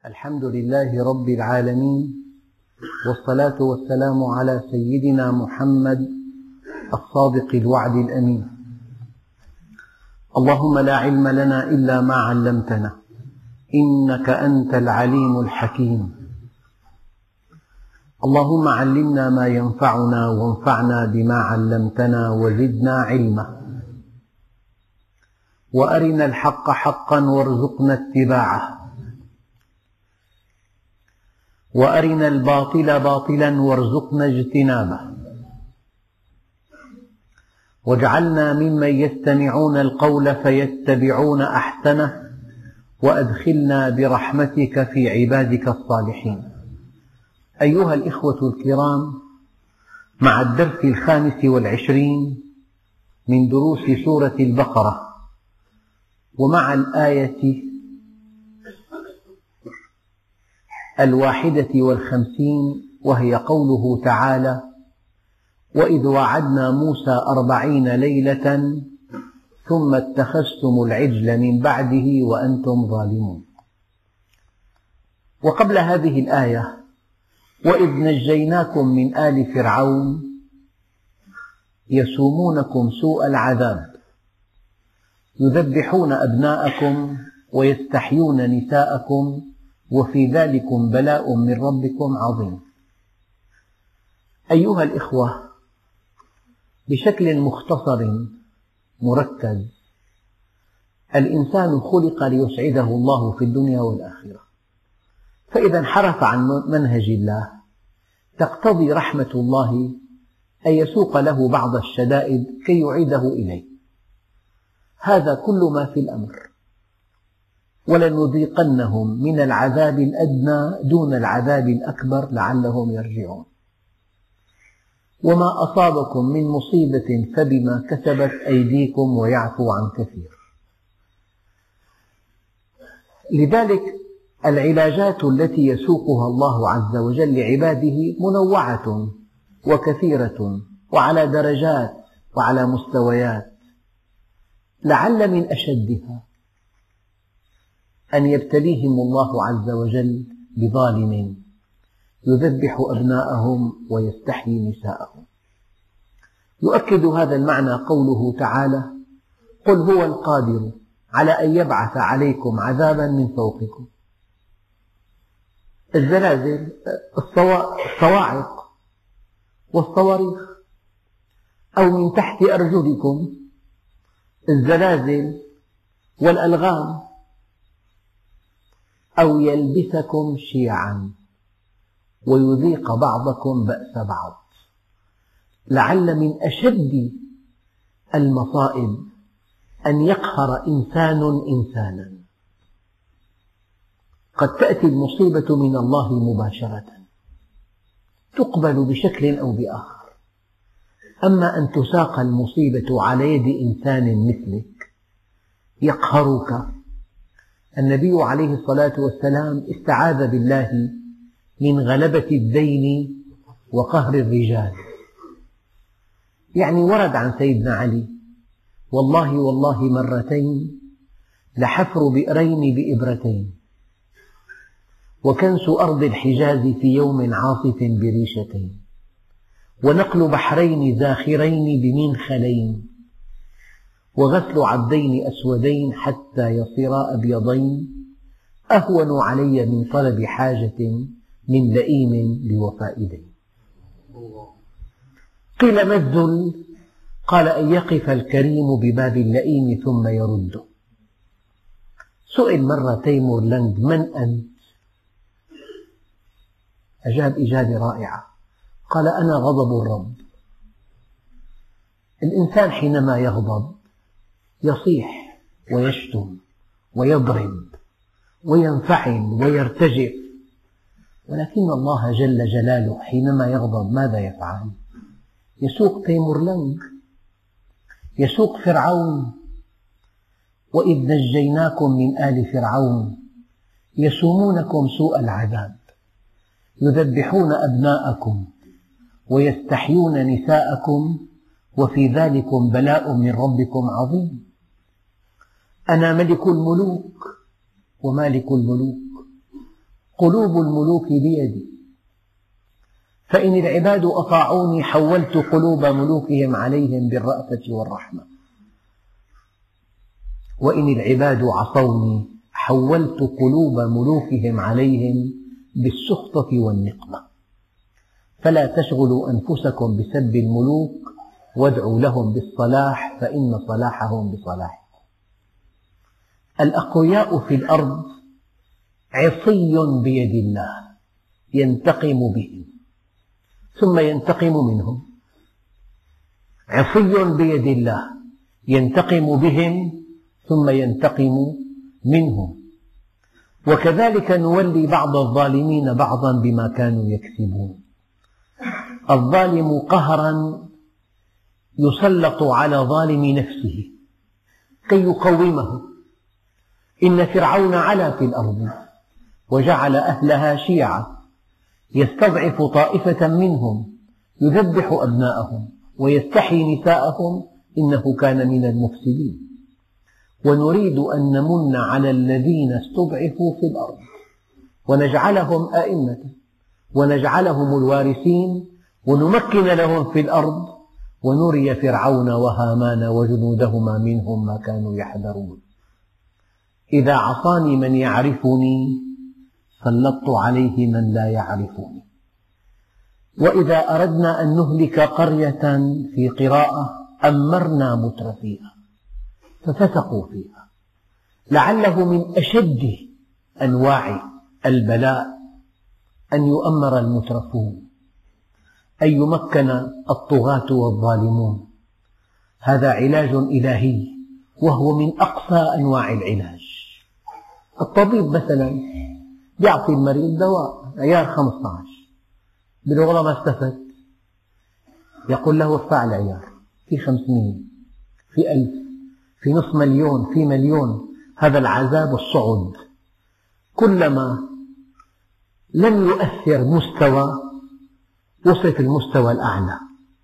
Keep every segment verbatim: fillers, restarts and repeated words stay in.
الحمد لله رب العالمين، والصلاة والسلام على سيدنا محمد الصادق الوعد الأمين. اللهم لا علم لنا إلا ما علمتنا إنك أنت العليم الحكيم. اللهم علمنا ما ينفعنا وانفعنا بما علمتنا وزدنا علما، وأرنا الحق حقا وارزقنا اتباعه، وأرنا الباطل باطلا وارزقنا اجتنابه، واجعلنا ممن يستمعون القول فيتبعون أحسنه، وأدخلنا برحمتك في عبادك الصالحين. أيها الإخوة الكرام، مع الدرس الخامس والعشرين من دروس سورة البقرة، ومع الآية الواحدة والخمسين، وهي قوله تعالى: وإذ وعدنا موسى أربعين ليلة ثم اتخذتم العجل من بعده وأنتم ظالمون. وقبل هذه الآية: وإذ نجيناكم من آل فرعون يسومونكم سوء العذاب يذبحون أبناءكم ويستحيون نساءكم وفي ذلكم بلاء من ربكم عظيم. أيها الإخوة، بشكل مختصر مركز، الإنسان خلق ليسعده الله في الدنيا والآخرة، فإذا انحرف عن منهج الله تقتضي رحمة الله أن يسوق له بعض الشدائد كي يعيده إليه. هذا كل ما في الأمر. ولنذيقنهم من العذاب الأدنى دون العذاب الأكبر لعلهم يرجعون. وما أصابكم من مصيبة فبما كسبت أيديكم ويعفو عن كثير. لذلك العلاجات التي يسوقها الله عز وجل لعباده منوعة وكثيرة وعلى درجات وعلى مستويات، لعل من أشدها أن يبتليهم الله عز وجل بظالم يذبح أبناءهم ويستحيي نساءهم. يؤكد هذا المعنى قوله تعالى: قل هو القادر على أن يبعث عليكم عذابا من فوقكم. الزلازل، الصواعق والصواريخ، أو من تحت أرجلكم الزلازل والألغام، أو يلبسكم شيعا ويذيق بعضكم بأس بعض. لعل من أشد المصائب أن يقهر إنسان إنسانا. قد تأتي المصيبة من الله مباشرة تقبل بشكل أو بآخر، أما أن تساق المصيبة على يد إنسان مثلك يقهرك. النبي عليه الصلاة والسلام استعاذ بالله من غلبة الدين وقهر الرجال. يعني ورد عن سيدنا علي: والله والله مرتين لحفر بئرين بإبرتين، وكنس أرض الحجاز في يوم عاصف بريشتين، ونقل بحرين زاخرين بمنخلين، وغسل عبدين أسودين حتى يصيرا أبيضين، أهون علي من طلب حاجة من لئيم لوفاء دين. قيل ما الذل؟ قال: أن يقف الكريم بباب اللئيم ثم يرده. سئل مرة تيمور لنج: من أنت؟ أجاب إجابة رائعة، قال: أنا غضب الرب. الإنسان حينما يغضب يصيح ويشتم ويضرب وينفعل ويرتجف، ولكن الله جل جلاله حينما يغضب ماذا يفعل؟ يسوق تيمور لنج، يسوق فرعون. وإذ نجيناكم من آل فرعون يسومونكم سوء العذاب يذبحون أبناءكم ويستحيون نساءكم وفي ذلكم بلاء من ربكم عظيم. أنا ملك الملوك ومالك الملوك، قلوب الملوك بيدي، فإن العباد أطاعوني حولت قلوب ملوكهم عليهم بالرأفة والرحمة، وإن العباد عصوني حولت قلوب ملوكهم عليهم بالسخطة والنقمة. فلا تشغلوا أنفسكم بسب الملوك وادعوا لهم بالصلاح فإن صلاحهم بصلاحكم. الأقوياء في الأرض عصي بيد الله ينتقم بهم ثم ينتقم منهم، عصي بيد الله ينتقم بهم ثم ينتقم منهم. وكذلك نولي بعض الظالمين بعضا بما كانوا يكسبون. الظالم قهرا يسلط على ظالم نفسه كي يقومه. إن فرعون علا في الأرض وجعل أهلها شيعا يستضعف طائفة منهم يذبح أبناءهم ويستحيي نساءهم إنه كان من المفسدين. ونريد أن نمن على الذين استضعفوا في الأرض ونجعلهم أئمة ونجعلهم الوارثين ونمكن لهم في الأرض ونري فرعون وهامان وجنودهما منهم ما كانوا يحذرون. إذا عصاني من يعرفني سلطت عليه من لا يعرفني. وإذا أردنا أن نهلك قرية في قراءة أمرنا مترفيها ففسقوا فيها، لعله من أشد أنواع البلاء أن يؤمر المترفون، أن يمكن الطغاة والظالمون. هذا علاج إلهي وهو من أقصى أنواع العلاج. الطبيب مثلا يعطي المريض دواء عيار خمسة عشر، بالغرة ما استفدت، يقول له ادفع العيار، في خمسمئة، في ألف، في نصف مليون، في مليون. هذا العذاب الصعد. كلما لم يؤثر مستوى وصل في المستوى الأعلى،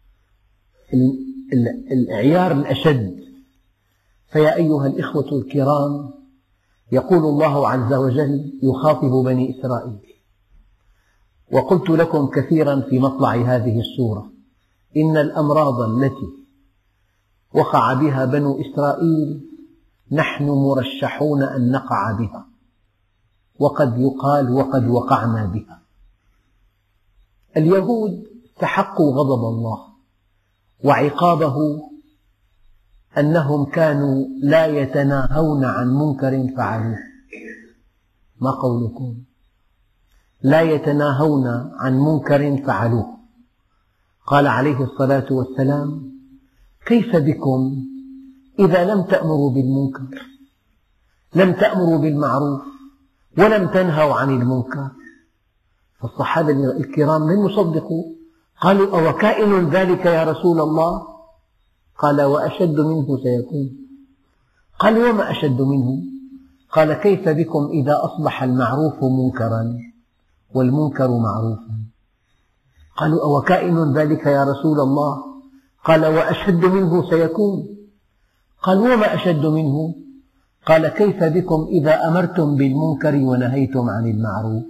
العيار الأشد. فيا أيها الإخوة الكرام، يقول الله عز وجل يخاطب بني إسرائيل، وقلت لكم كثيرا في مطلع هذه السورة إن الأمراض التي وقع بها بنو إسرائيل نحن مرشحون أن نقع بها، وقد يقال وقد وقعنا بها. اليهود استحقوا غضب الله وعقابه أنهم كانوا لا يتناهون عن منكر فعلوه. ما قولكم؟ لا يتناهون عن منكر فعلوه. قال عليه الصلاة والسلام: كيف بكم إذا لم تأمروا بالمنكر، لم تأمروا بالمعروف ولم تنهوا عن المنكر؟ فالصحابة الكرام لم يصدقوا، قالوا: أو كائن ذلك يا رسول الله؟ قال: وأشد منه سيكون. قالوا: وما أشد منه؟ قال: كيف بكم إذا أصبح المعروف منكرا والمنكر معروفا؟ قالوا: أو كائن ذلك يا رسول الله؟ قال: وأشد منه سيكون. قالوا: وما أشد منه؟ قال: كيف بكم إذا أمرتم بالمنكر ونهيتم عن المعروف؟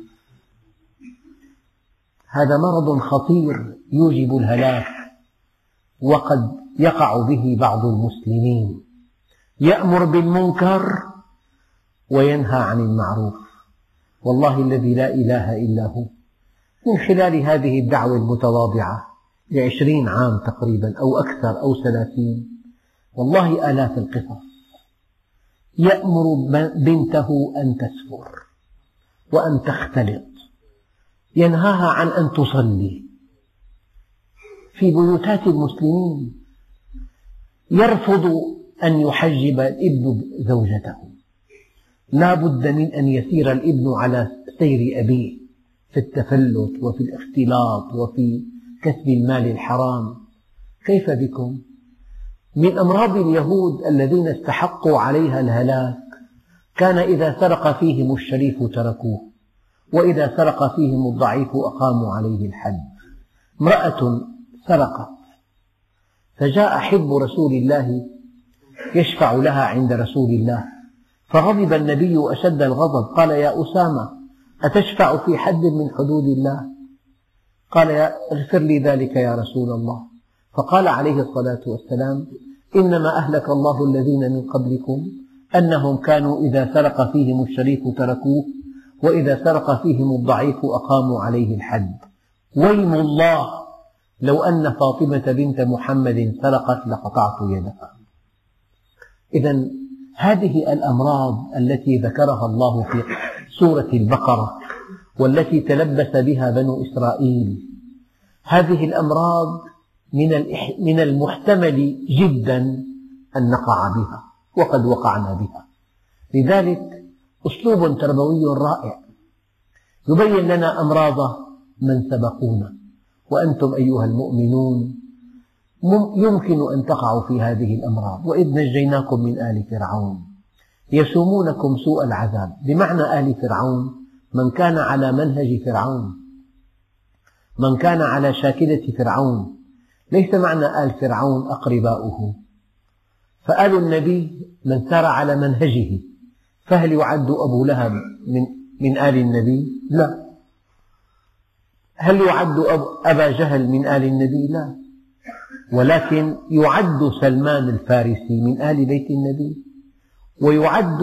هذا مرض خطير يوجب الهلاك، وقد يقع به بعض المسلمين، يأمر بالمنكر وينهى عن المعروف. والله الذي لا إله إلا هو، من خلال هذه الدعوة المتواضعة لعشرين عام تقريبا أو أكثر أو ثلاثين، والله آلاف القصص. يأمر بنته أن تسفر وأن تختلط، ينهاها عن أن تصلي في بيوتات المسلمين، يرفض أن يحجب الابن زوجته، لا بد من أن يسير الابن على سير أبيه في التفلت وفي الاختلاط وفي كسب المال الحرام. كيف بكم؟ من أمراض اليهود الذين استحقوا عليها الهلاك كان إذا سرق فيهم الشريف تركوه، وإذا سرق فيهم الضعيف أقاموا عليه الحد. امرأة سرقت فجاء حب رسول الله يشفع لها عند رسول الله، فغضب النبي أشد الغضب، قال: يا أسامة، أتشفع في حد من حدود الله؟ قال اغفر لي ذلك يا رسول الله. فقال عليه الصلاة والسلام إنما أهلك الله الذين من قبلكم أنهم كانوا إذا سرق فيهم الشريف تركوه وإذا سرق فيهم الضعيف أقاموا عليه الحد. ويم الله لو أن فاطمة بنت محمد سرقت لقطعت يدها. إذن هذه الأمراض التي ذكرها الله في سورة البقرة والتي تلبس بها بنو إسرائيل، هذه الأمراض من المحتمل جدا أن نقع بها وقد وقعنا بها. لذلك أسلوب تربوي رائع يبين لنا أمراض من سبقونا، وأنتم أيها المؤمنون يمكن أن تقعوا في هذه الأمراض. وإذ نجيناكم من آل فرعون يسومونكم سوء العذاب، بمعنى آل فرعون من كان على منهج فرعون، من كان على شاكلة فرعون، ليس معنى آل فرعون أقرباؤه. فآل النبي من سار على منهجه، فهل يعد أبو لهب من, من آل النبي؟ لا. هل يعد أبا جهل من آل النبي؟ لا. ولكن يعد سلمان الفارسي من آل بيت النبي، ويعد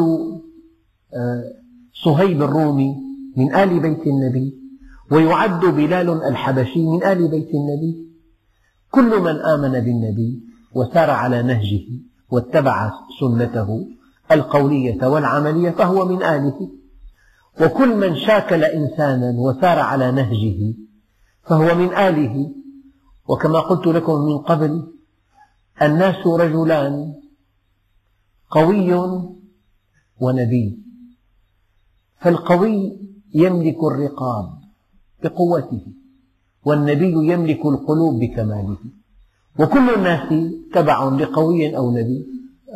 صهيب الرومي من آل بيت النبي، ويعد بلال الحبشي من آل بيت النبي. كل من آمن بالنبي وسار على نهجه واتبع سنته القولية والعملية فهو من آله، وكل من شاكل إنسانا وسار على نهجه فهو من آله. وكما قلت لكم من قبل الناس رجلان، قوي ونبي. فالقوي يملك الرقاب بقوته، والنبي يملك القلوب بكماله. وكل الناس تبع لقوي أو نبي،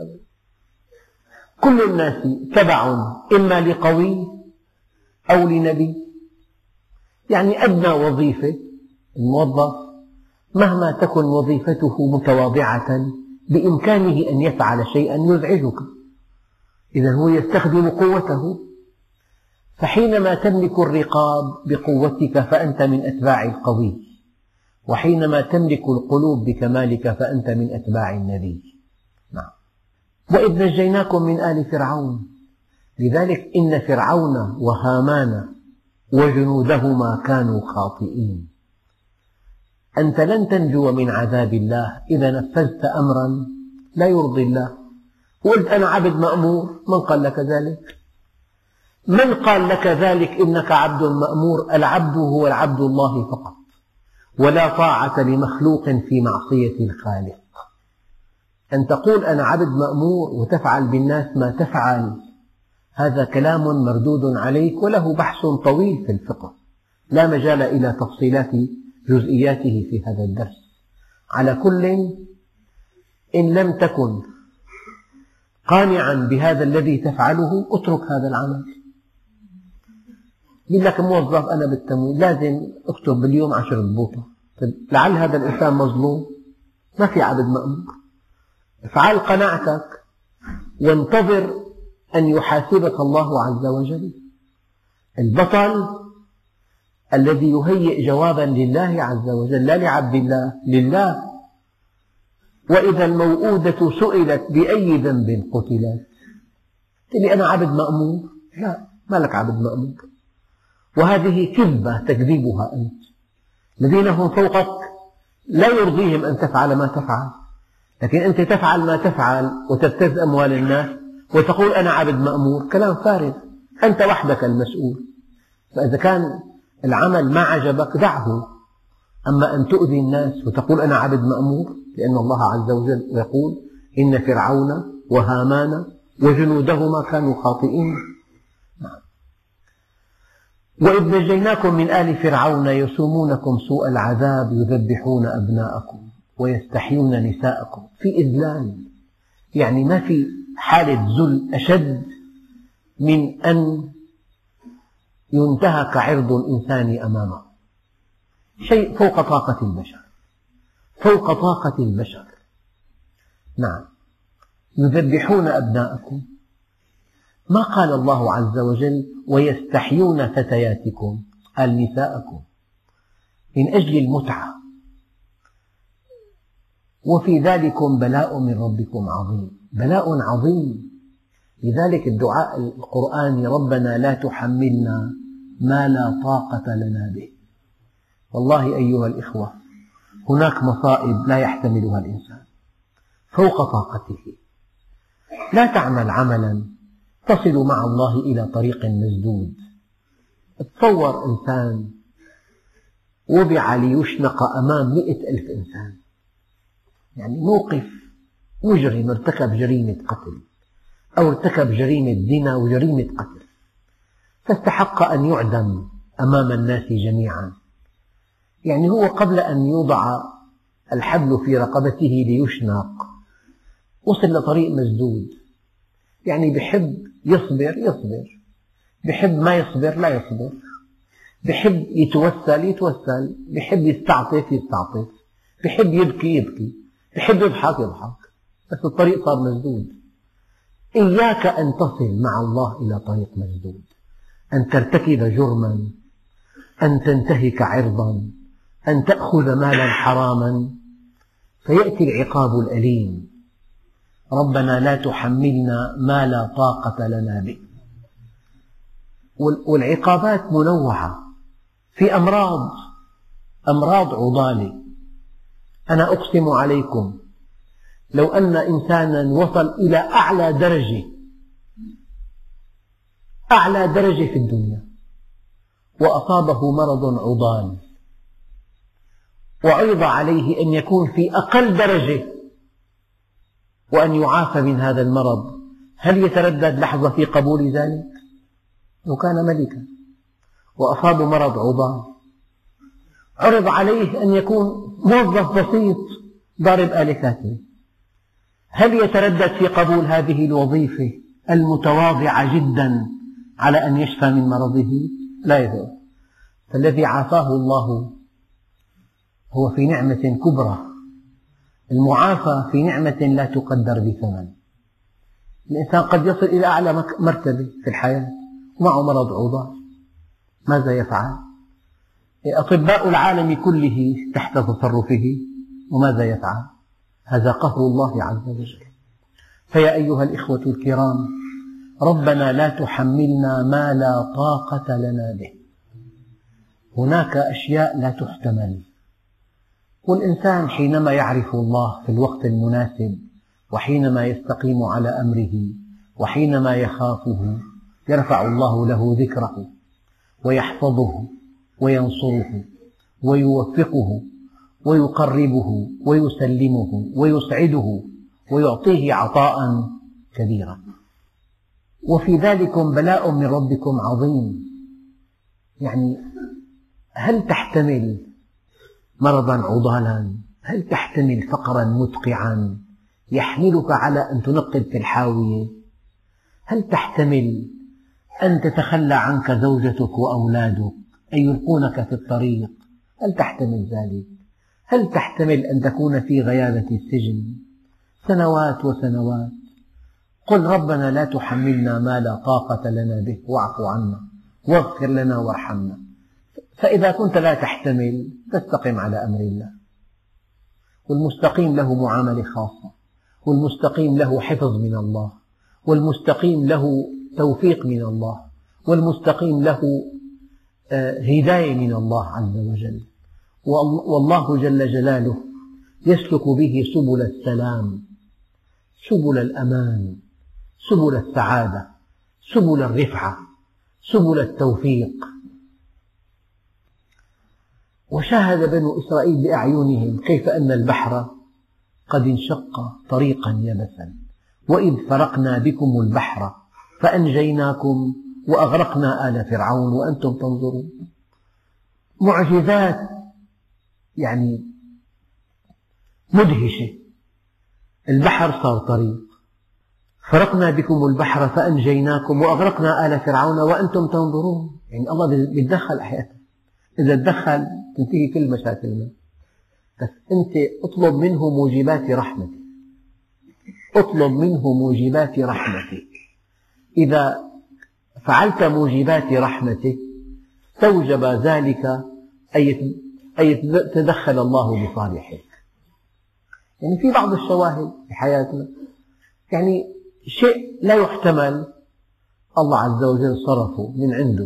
كل الناس تبع إما لقوي أو لنبي. يعني أدنى وظيفة الموظف مهما تكن وظيفته متواضعة بإمكانه أن يفعل شيئا يزعجك، إذا هو يستخدم قوته. فحينما تملك الرقاب بقوتك فأنت من أتباع القوي، وحينما تملك القلوب بكمالك فأنت من أتباع النبي. نعم. وإذ نجيناكم من آل فرعون. لذلك إن فرعون وهامان وجنودهما كانوا خاطئين. أنت لن تنجو من عذاب الله إذا نفذت أمرا لا يرضي الله. وقلت أنا عبد مأمور، من قال لك ذلك؟ من قال لك ذلك إنك عبد مأمور؟ العبد هو العبد الله فقط، ولا طاعة لمخلوق في معصية الخالق. أن تقول أنا عبد مأمور وتفعل بالناس ما تفعل، هذا كلام مردود عليك وله بحث طويل في الفقه، لا مجال إلى تفصيلات جزئياته في هذا الدرس. على كل، إن لم تكن قانعا بهذا الذي تفعله اترك هذا العمل. يقول لك موظف أنا بالتموين لازم أكتب باليوم عشر بوطة، لعل هذا الإنسان مظلوم، ما في عبد مأمور. افعل قناعتك وانتظر أن يحاسبك الله عز وجل. البطل الذي يهيئ جوابا لله عز وجل، لا لعبد الله، لله. وإذا الموءودة سئلت بأي ذنب قتلت، تقول أنا عبد مأمور؟ لا، ما لك عبد مأمور. وهذه كذبة تكذبها أنت. الذين هم فوقك لا يرضيهم أن تفعل ما تفعل، لكن أنت تفعل ما تفعل وتبتز أموال الناس وتقول أنا عبد مأمور، كلام فارغ. أنت وحدك المسؤول. فإذا كان العمل ما عجبك دعه. أما أن تؤذي الناس وتقول أنا عبد مأمور، لأن الله عز وجل يقول إن فرعون وهامان وجنودهما كانوا خاطئين. وإذ نجيناكم من آل فرعون يسومونكم سوء العذاب يذبحون أبناءكم ويستحيون نساءكم. في إذلال، يعني ما في حالة ذل أشد من أن ينتهك عرض الإنسان أمامه. شيء فوق طاقة البشر، فوق طاقة البشر. نعم. يذبحون أبناءكم. ما قال الله عز وجل ويستحيون فتياتكم، قال نساءكم من أجل المتعة. وفي ذلكم بلاء من ربكم عظيم، بلاء عظيم. لذلك الدعاء القرآني ربنا لا تحملنا ما لا طاقة لنا به. والله أيها الإخوة، هناك مصائب لا يحتملها الإنسان فوق طاقته. لا تعمل عملا تصل مع الله إلى طريق مسدود. تصور إنسان وضع ليشنق أمام مئة ألف إنسان، يعني موقف مجرم ارتكب جريمة قتل أو ارتكب جريمة زنا وجريمة قتل، فاستحق أن يعدم أمام الناس جميعا. يعني هو قبل أن يوضع الحبل في رقبته ليشنق وصل لطريق مسدود. يعني بحب يصبر يصبر، بحب ما يصبر لا يصبر، بحب يتوسل يتوسل، بحب يستعطف يستعطف، بحب يبكي يبكي، بحب يضحك يضحك، بس الطريق صار مسدود. إياك أن تصل مع الله إلى طريق مسدود، أن ترتكب جرما، أن تنتهك عرضا، أن تأخذ مالا حراما، فيأتي العقاب الأليم. ربنا لا تحملنا ما لا طاقة لنا به. والعقابات منوعة، في أمراض أمراض عضالة. أنا أقسم عليكم لو أن إنسانا وصل إلى أعلى درجة أعلى درجة في الدنيا وأصابه مرض عضال وعرض عليه أن يكون في أقل درجة وأن يعافى من هذا المرض، هل يتردد لحظة في قبول ذلك؟ لو كان ملكا وأصاب مرض عضال عرض عليه أن يكون موظف بسيط ضارب آلة كاتبة، هل يتردد في قبول هذه الوظيفة المتواضعة جدا على أن يشفى من مرضه؟ لا يزال. فالذي عافاه الله هو في نعمة كبرى. المعافى في نعمة لا تقدر بثمن. الإنسان قد يصل إلى أعلى مرتبة في الحياة ومعه مرض عضال، ماذا يفعل؟ أطباء العالم كله تحت تصرفه، وماذا يفعل؟ هذا قهر الله عز وجل. فيا أيها الإخوة الكرام، ربنا لا تحملنا ما لا طاقة لنا به. هناك أشياء لا تحتمل، والإنسان حينما يعرف الله في الوقت المناسب، وحينما يستقيم على أمره، وحينما يخافه، يرفع الله له ذكره ويحفظه وينصره ويوفقه ويقربه ويسلمه ويسعده ويعطيه عطاء كبيرا. وفي ذلكم بلاء من ربكم عظيم. يعني هل تحتمل مرضا عضالا؟ هل تحتمل فقرا مدقعا يحملك على أن تنقب في الحاوية؟ هل تحتمل أن تتخلى عنك زوجتك وأولادك، أن يلقونك في الطريق؟ هل تحتمل ذلك؟ هل تحتمل أن تكون في غيابة السجن سنوات وسنوات؟ قل ربنا لا تحملنا ما لا طاقة لنا به واعف عنا واغفر لنا وارحمنا. فإذا كنت لا تحتمل تستقم على أمر الله. والمستقيم له معاملة خاصة، والمستقيم له حفظ من الله، والمستقيم له توفيق من الله، والمستقيم له هداية من الله عز وجل. والله جل جلاله يسلك به سبل السلام، سبل الأمان، سبل السعادة، سبل الرفعة، سبل التوفيق. وشاهد بنو إسرائيل بأعينهم كيف أن البحر قد انشق طريقا يبسا، وإذ فرقنا بكم البحر فأنجيناكم وأغرقنا آل فرعون وأنتم تنظرون. معجزات يعني مدهشة. البحر صار طريق، فرقنا بكم البحر فأنجيناكم وأغرقنا آل فرعون وأنتم تنظرون. يعني الله بيتدخل أحيانا، إذا تدخل تنتهي كل مشاكلنا. بس أنت اطلب منه موجبات رحمته، اطلب منه موجبات رحمته. إذا فعلت موجبات رحمته استوجب ذلك أن يتدخل الله بصالحك. يعني في بعض الشواهد في حياتنا، يعني شيء لا يحتمل الله عز وجل صرفه من عنده.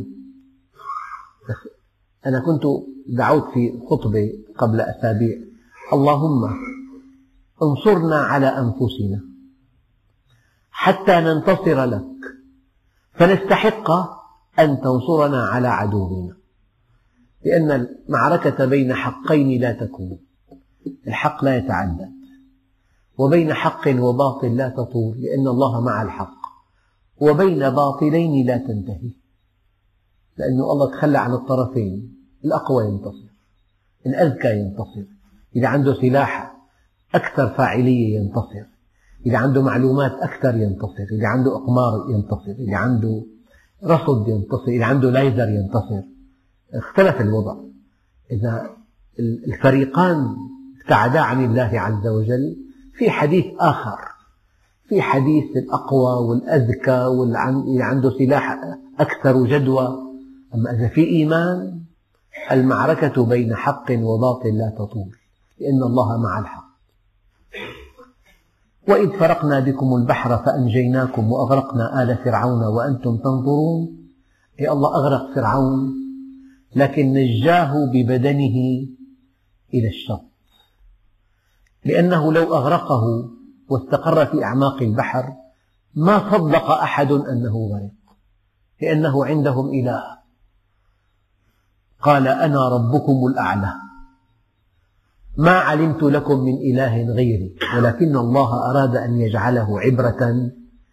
أنا كنت دعوت في خطبة قبل أسابيع: اللهم انصرنا على أنفسنا حتى ننتصر لك فنستحق أن تنصرنا على عدونا، لأن المعركة بين حقين لا تكون، الحق لا يتعدد، وبين حق وباطل لا تطول لأن الله مع الحق، وبين باطلين لا تنتهي لأن الله تخلى عن الطرفين، الأقوى ينتصر، الأذكى ينتصر، إذا عنده سلاح أكثر فاعلية ينتصر، إذا عنده معلومات أكثر ينتصر، إذا عنده أقمار ينتصر، إذا عنده رصد ينتصر، إذا عنده لايزر ينتصر. اختلف الوضع. إذا الفريقان ابتعدا عن الله عز وجل في حديث آخر، في حديث الأقوى والأذكى واللي عنده سلاح أكثر جدوى. أما إذا في إيمان المعركة بين حق وباطل لا تطول لأن الله مع الحق. وإذ فرقنا بكم البحر فأنجيناكم وأغرقنا آل فرعون وأنتم تنظرون. أي الله أغرق فرعون لكن نجاه ببدنه إلى الشط، لأنه لو أغرقه واستقر في أعماق البحر ما صدق أحد أنه غرق، لأنه عندهم إله. قال أنا ربكم الأعلى ما علمت لكم من إله غيري ولكن الله أراد أن يجعله عبرة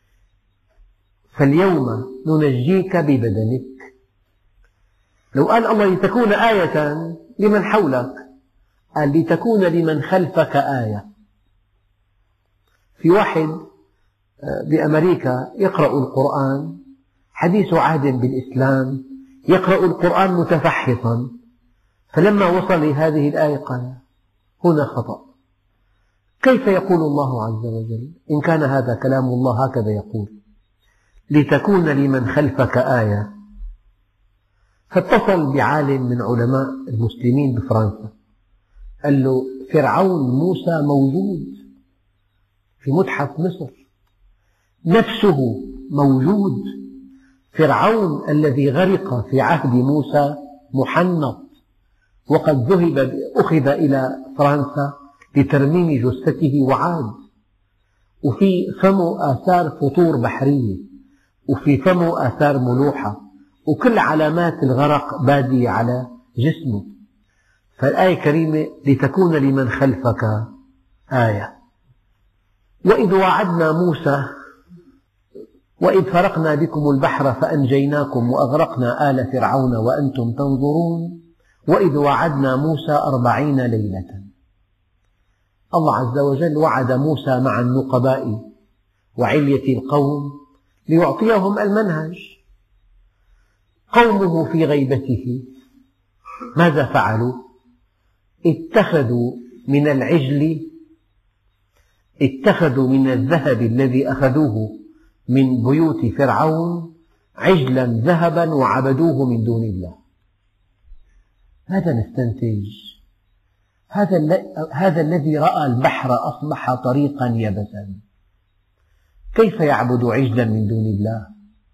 فاليوم ننجيك ببدنك. لو قال الله لتكون آية لمن حولك، قال لتكون لمن خلفك آية. في واحد بأمريكا يقرأ القرآن حديث عهد بالإسلام، يقرأ القرآن متفحصا، فلما وصل لهذه الآية قال هنا خطأ، كيف يقول الله عز وجل إن كان هذا كلام الله هكذا يقول لتكون لمن خلفك آية. فاتصل بعالم من علماء المسلمين بفرنسا قال له فرعون موسى موجود في متحف مصر نفسه موجود، فرعون الذي غرق في عهد موسى محنط وقد ذهب أخذ إلى فرنسا لترميم جثته وعاد، وفي فمه آثار فطور بحرية، وفي فمه آثار ملوحة، وكل علامات الغرق بادية على جسمه. فالآية الكريمة لتكون لمن خلفك آية. وإذ وعدنا موسى وإذ فرقنا بكم البحر فأنجيناكم وأغرقنا آل فرعون وأنتم تنظرون. وإذ وعدنا موسى أربعين ليلة. الله عز وجل وعد موسى مع النقباء وعلية القوم ليعطيهم المنهج. قومه في غيبته ماذا فعلوا؟ اتخذوا من العجل اتخذوا من الذهب الذي أخذوه من بيوت فرعون عجلا ذهبا وعبدوه من دون الله. ماذا نستنتج؟ هذا, هذا الذي رأى البحر أصبح طريقا يبسا كيف يعبد عجلا من دون الله؟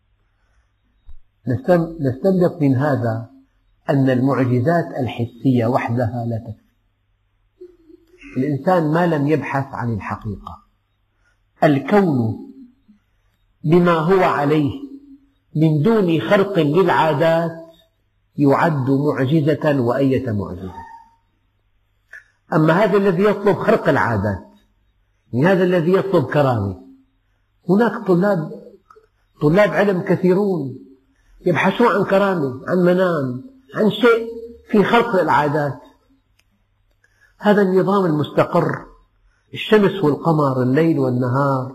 نستنبط من هذا أن المعجزات الحسية وحدها لا تكفي. الإنسان ما لم يبحث عن الحقيقة. الكون بما هو عليه من دون خرق للعادات يعد معجزة وأية معجزة. أما هذا الذي يطلب خرق العادات، يعني هذا الذي يطلب كرامة، هناك طلاب طلاب علم كثيرون يبحثون عن كرامة، عن منام، عن شيء في خرق العادات. هذا النظام المستقر، الشمس والقمر، الليل والنهار،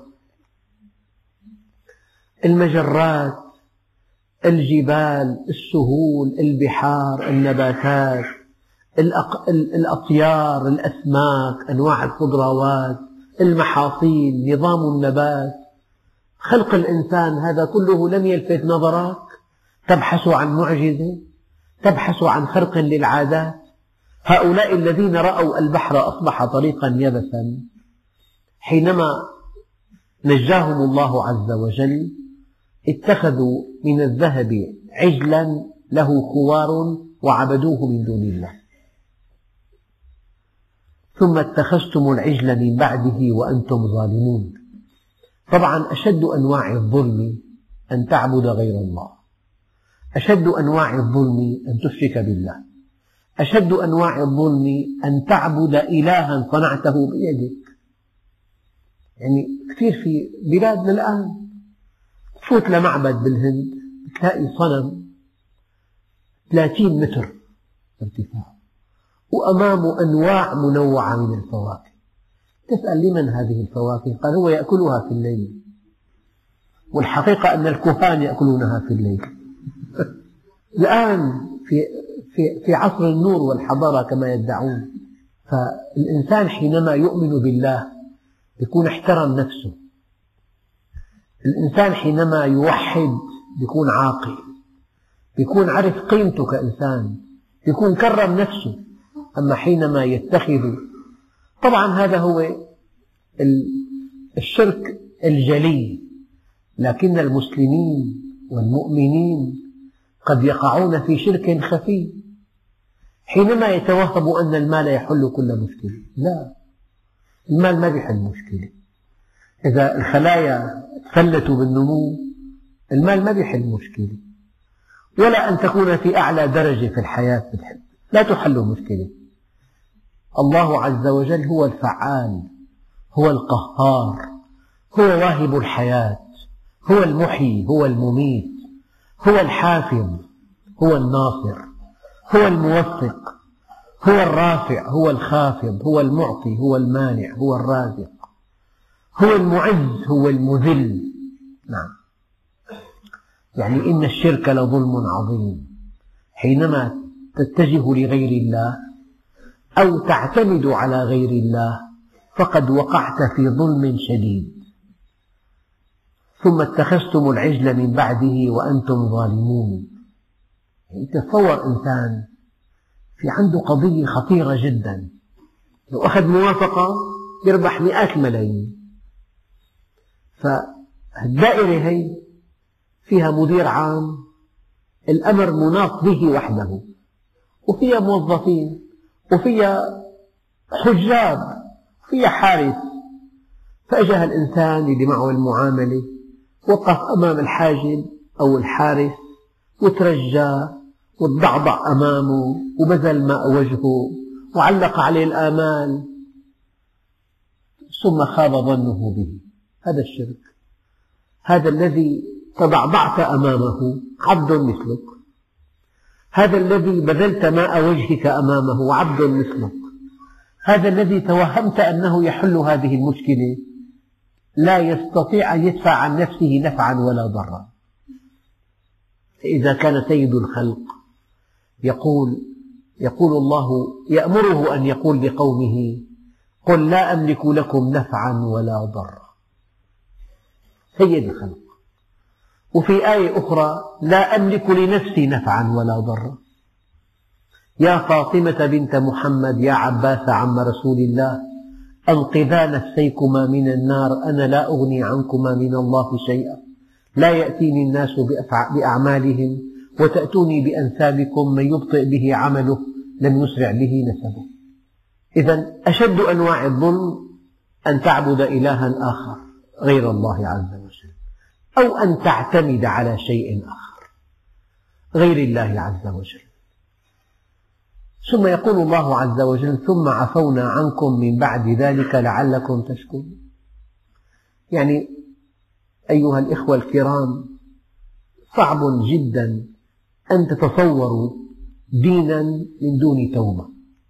المجرات، الجبال، السهول، البحار، النباتات، الأطيار، الأسماك، أنواع الخضروات، المحاصيل، نظام النبات، خلق الإنسان هذا كله لم يلفت نظرك؟ تبحث عن معجزة؟ تبحث عن خرق للعادات؟ هؤلاء الذين رأوا البحر أصبح طريقا يبسا حينما نجاهم الله عز وجل اتخذوا من الذهب عجلا له خوار وعبدوه من دون الله. ثم اتخذتم العجل من بعده وأنتم ظالمون. طبعا أشد أنواع الظلم أن تعبد غير الله، أشد أنواع الظلم أن تشرك بالله، أشد أنواع الظلم أن تعبد إلها صنعته بيدك. يعني كثير في بلادنا الآن تفوت لمعبد بالهند تلاقي صنم ثلاثين متر ارتفاع وأمامه أنواع منوعة من الفواكه. تسأل لمن هذه الفواكه؟ قال هو يأكلها في الليل، والحقيقة أن الكهان يأكلونها في الليل. الآن في, في, في عصر النور والحضارة كما يدعون. فالإنسان حينما يؤمن بالله يكون احترم نفسه، الإنسان حينما يوحد يكون عاقل، يكون عرف قيمته كإنسان، يكون كرم نفسه. أما حينما يتخذ، طبعا هذا هو الشرك الجلي، لكن المسلمين والمؤمنين قد يقعون في شرك خفي حينما يتوهموا أن المال يحل كل مشكلة. لا، المال ما يحل مشكلة. إذا الخلايا تفلتوا بالنمو المال ما يحل مشكلة، ولا أن تكون في أعلى درجة في الحياة لا تحل مشكلة. الله عز وجل هو الفعال، هو القهار، هو واهب الحياة، هو المحيي، هو المميت، هو الحافظ، هو الناصر، هو الموفق، هو الرافع، هو الخافض، هو المعطي، هو المانع، هو الرازق، هو المعز، هو المذل. نعم، يعني إن الشرك لظلم عظيم. حينما تتجه لغير الله أو تعتمد على غير الله فقد وقعت في ظلم شديد. ثم اتخذتم العجل من بعده وأنتم ظالمون. يعني تصور إنسان في عنده قضية خطيرة جدا، لو أخذ موافقة يربح مئات الملايين. فالدائرة هي فيها مدير عام الأمر مناط به وحده، وفيها موظفين، وفيها حجاب، وفيها حارس. فأجا الإنسان اللي معه المعاملة وقف أمام الحاجب أو الحارس وترجى وتضعضع أمامه وبذل ماء وجهه وعلق عليه الآمال، ثم خاب ظنه به. هذا الشرك. هذا الذي تضعضعت أمامه عبد مثلك، هذا الذي بذلت ماء وجهك أمامه عبد مثلك، هذا الذي توهمت أنه يحل هذه المشكلة لا يستطيع أن يدفع عن نفسه نفعا ولا ضرا. إذا كان سيد الخلق يقول يقول الله يأمره أن يقول لقومه قل لا أملك لكم نفعا ولا ضرا، سيد الخلق. وفي آية أخرى لا أملك لنفسي نفعا ولا ضرا. يا فاطمة بنت محمد يا عباس عم رسول الله أنقذا نفسيكما من النار أنا لا أغني عنكما من الله شيئا لا يأتيني الناس بأعمالهم وتأتوني بأنسابكم من يبطئ به عمله لم يسرع به نسبه. إذن أشد أنواع الظلم أن تعبد إلها آخر غير الله عز وجل، أو أن تعتمد على شيء آخر غير الله عز وجل. ثم يقول الله عز وجل ثم عفونا عنكم من بعد ذلك لعلكم تشكرون. يعني أيها الإخوة الكرام، صعب جدا أن تتصوروا دينا من دون توبة.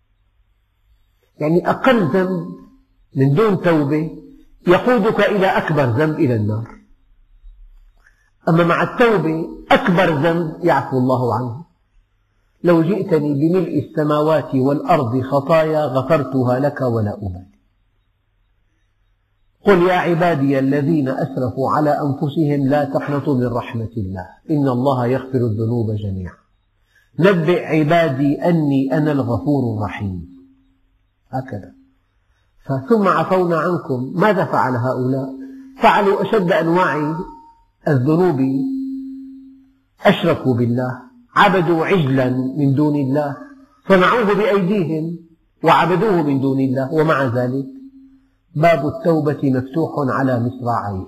يعني أقل ذنب من دون توبة يقودك إلى أكبر ذنب إلى النار، أما مع التوبة أكبر ذنب يعفو الله عنه. لو جئتني بملء السماوات والأرض خطايا غفرتها لك ولا أبالي. قل يا عبادي الذين أسرفوا على أنفسهم لا تقنطوا من رحمة الله إن الله يغفر الذنوب جميعا نبئ عبادي أني أنا الغفور الرحيم. هكذا. ثم عفونا عنكم. ماذا فعل هؤلاء؟ فعلوا أشد أنواع الذنوب، أشركوا بالله، عبدوا عجلا من دون الله، صنعوه بأيديهم وعبدوه من دون الله، ومع ذلك باب التوبة مفتوح على مصراعيه.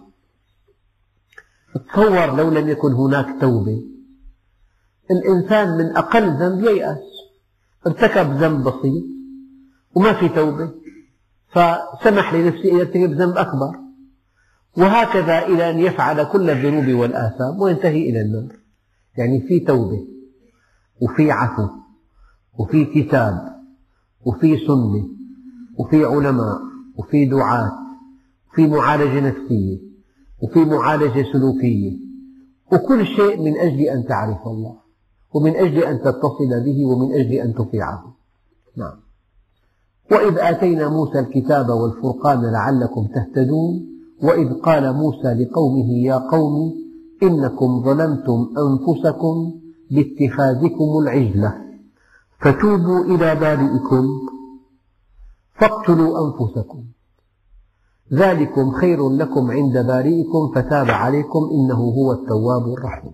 تصور لو لم يكن هناك توبة، الإنسان من أقل ذنب ييأس، ارتكب ذنب بسيط وما في توبة فسمح لنفسه أن يرتكب ذنب أكبر، وهكذا إلى أن يفعل كل الذنوب والآثام وينتهي إلى النار. يعني في توبة وفي عفو وفي كتاب وفي سنة وفي علماء وفي دعاة وفي معالجة نفسية وفي معالجة سلوكية، وكل شيء من أجل أن تعرف الله ومن أجل أن تتصل به ومن أجل أن تطيعه. نعم. وإذ آتينا موسى الكتاب والفرقان لعلكم تهتدون وإذ قال موسى لقومه يا قوم إنكم ظلمتم أنفسكم باتخاذكم العجلة فتوبوا إلى بارئكم فاقتلوا أنفسكم ذلكم خير لكم عند بارئكم فتاب عليكم إنه هو التواب الرحيم.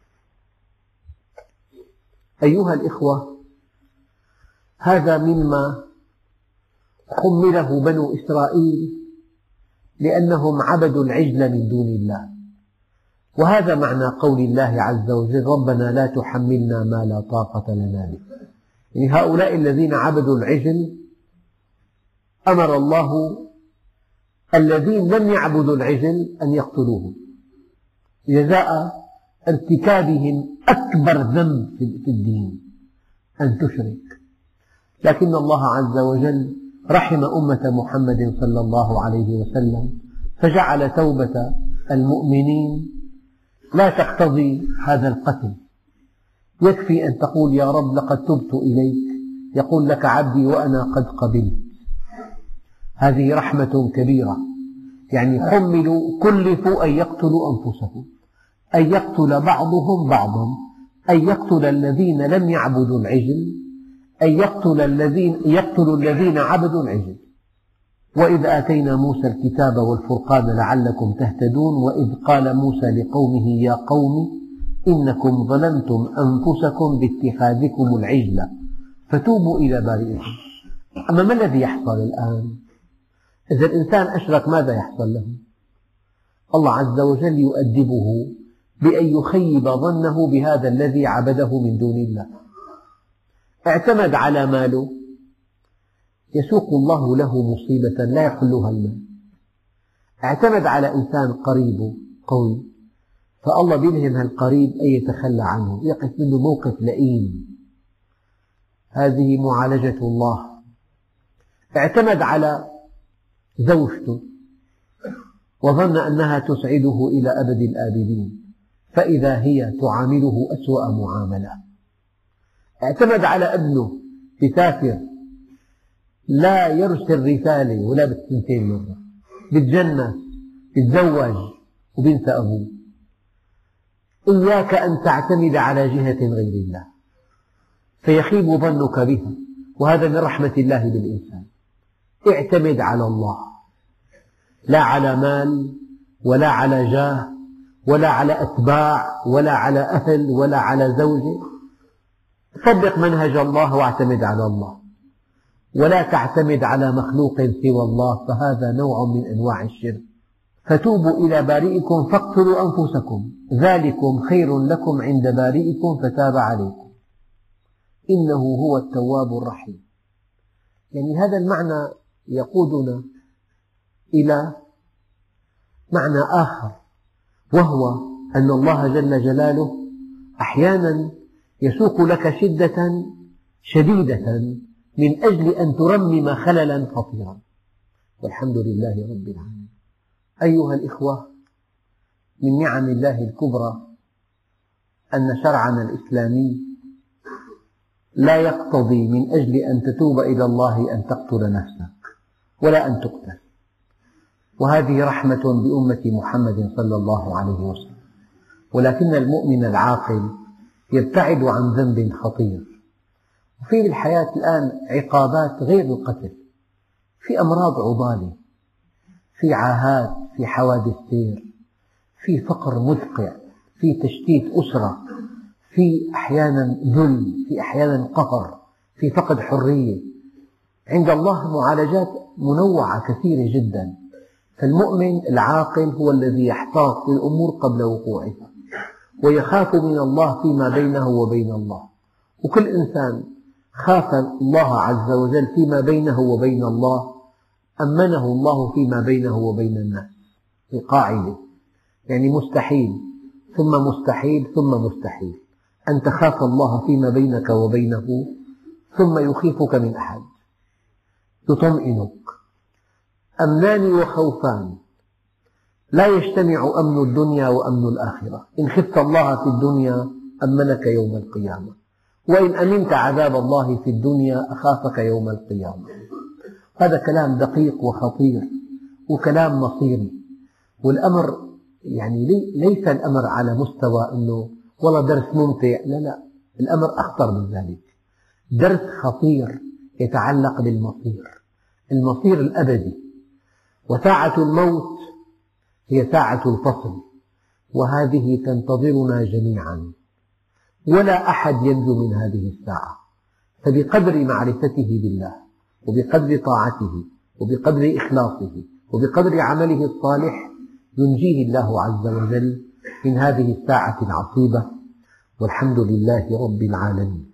أيها الإخوة، هذا مما حمله بنو إسرائيل لأنهم عبدوا العجل من دون الله، وهذا معنى قول الله عز وجل ربنا لا تحملنا ما لا طاقة لنا به. يعني هؤلاء الذين عبدوا العجل أمر الله الذين لم يعبدوا العجل أن يقتلوهم جزاء ارتكابهم أكبر ذنب في الدين، أن تشرك. لكن الله عز وجل رحم أمة محمد صلى الله عليه وسلم فجعل توبة المؤمنين لا تقتضي هذا القتل. يكفي أن تقول يا رب لقد تبت إليك، يقول لك عبدي وأنا قد قبلت. هذه رحمة كبيرة. يعني حملوا كلفوا أن يقتلوا أنفسهم، أن يقتل بعضهم بعضا، أن يقتل الذين لم يعبدوا العجل، أن يقتل الذين يقتلوا الذين عبدوا العجل. وإذ آتينا موسى الكتاب والفرقان لعلكم تهتدون وإذ قال موسى لقومه يا قوم إنكم ظلمتم أنفسكم باتخاذكم العجل فتوبوا إلى بارئكم. أما ما الذي يحصل الآن؟ إذا الإنسان أشرك ماذا يحصل له؟ الله عز وجل يؤدبه بأن يخيب ظنه بهذا الذي عبده من دون الله. اعتمد على ماله، يسوق الله له مصيبة لا يحلها المال. اعتمد على إنسان قريبه قوي، فالله بيلهم هالقريب أن يتخلى عنه، يقف منه موقف لئيم. هذه معالجة الله. اعتمد على زوجته وظن أنها تسعده إلى أبد الآبدين، فإذا هي تعامله أسوأ معاملة. اعتمد على ابنه يسافر لا يرسل رسالة ولا بالسنتين مرة، بيتجنس بيتزوج وبينسى أبوه. إياك أن تعتمد على جهة غير الله فيخيب ظنك بها، وهذا من رحمة الله بالإنسان. اعتمد على الله، لا على مال ولا على جاه ولا على أتباع ولا على أهل ولا على زوجة. طبق منهج الله واعتمد على الله، ولا تعتمد على مخلوق سوى الله، فهذا نوع من أنواع الشرك. فتوبوا إلى بارئكم فاقتلوا أنفسكم ذلكم خير لكم عند بارئكم فتاب عليكم إنه هو التواب الرحيم. يعني هذا المعنى يقودنا إلى معنى آخر، وهو أن الله جل جلاله أحيانا يسوق لك شدة شديدة من أجل أن ترمم خللا خطيرا، والحمد لله رب العالمين. أيها الإخوة، من نعم الله الكبرى أن شرعنا الإسلامي لا يقتضي من أجل أن تتوب إلى الله أن تقتل نفسك ولا أن تقتل، وهذه رحمة بأمة محمد صلى الله عليه وسلم. ولكن المؤمن العاقل يبتعد عن ذنب خطير. وفي الحياة الآن عقابات غير القتل، في أمراض عضالة، في عاهات، في حوادث سير، في فقر مدقع، في تشتيت أسرة، في أحيانا ذل، في أحيانا قهر، في فقد حرية. عند الله معالجات منوعة كثيرة جدا. فالمؤمن العاقل هو الذي يحتاط للأمور قبل وقوعها، ويخاف من الله فيما بينه وبين الله. وكل إنسان خاف الله عز وجل فيما بينه وبين الله أمنه الله فيما بينه وبين الناس. في قاعدة يعني مستحيل ثم مستحيل ثم مستحيل أن تخاف الله فيما بينك وبينه ثم يخيفك من أحد، يطمئنك. أمنان وخوفان لا يجتمع أمن الدنيا وأمن الآخرة. إن خفت الله في الدنيا أمنك يوم القيامة، وإن أمنت عذاب الله في الدنيا أخافك يوم القيامة. هذا كلام دقيق وخطير وكلام مصيري. والأمر يعني ليس الأمر على مستوى أنه والله درس ممتع، لا لا، الأمر أخطر من ذلك. درس خطير يتعلق بالمصير، المصير الأبدي. وساعة الموت هي ساعة الفصل، وهذه تنتظرنا جميعا، ولا أحد ينجو من هذه الساعة. فبقدر معرفته بالله، وبقدر طاعته، وبقدر إخلاصه، وبقدر عمله الصالح ينجيه الله عز وجل من هذه الساعة العصيبة. والحمد لله رب العالمين.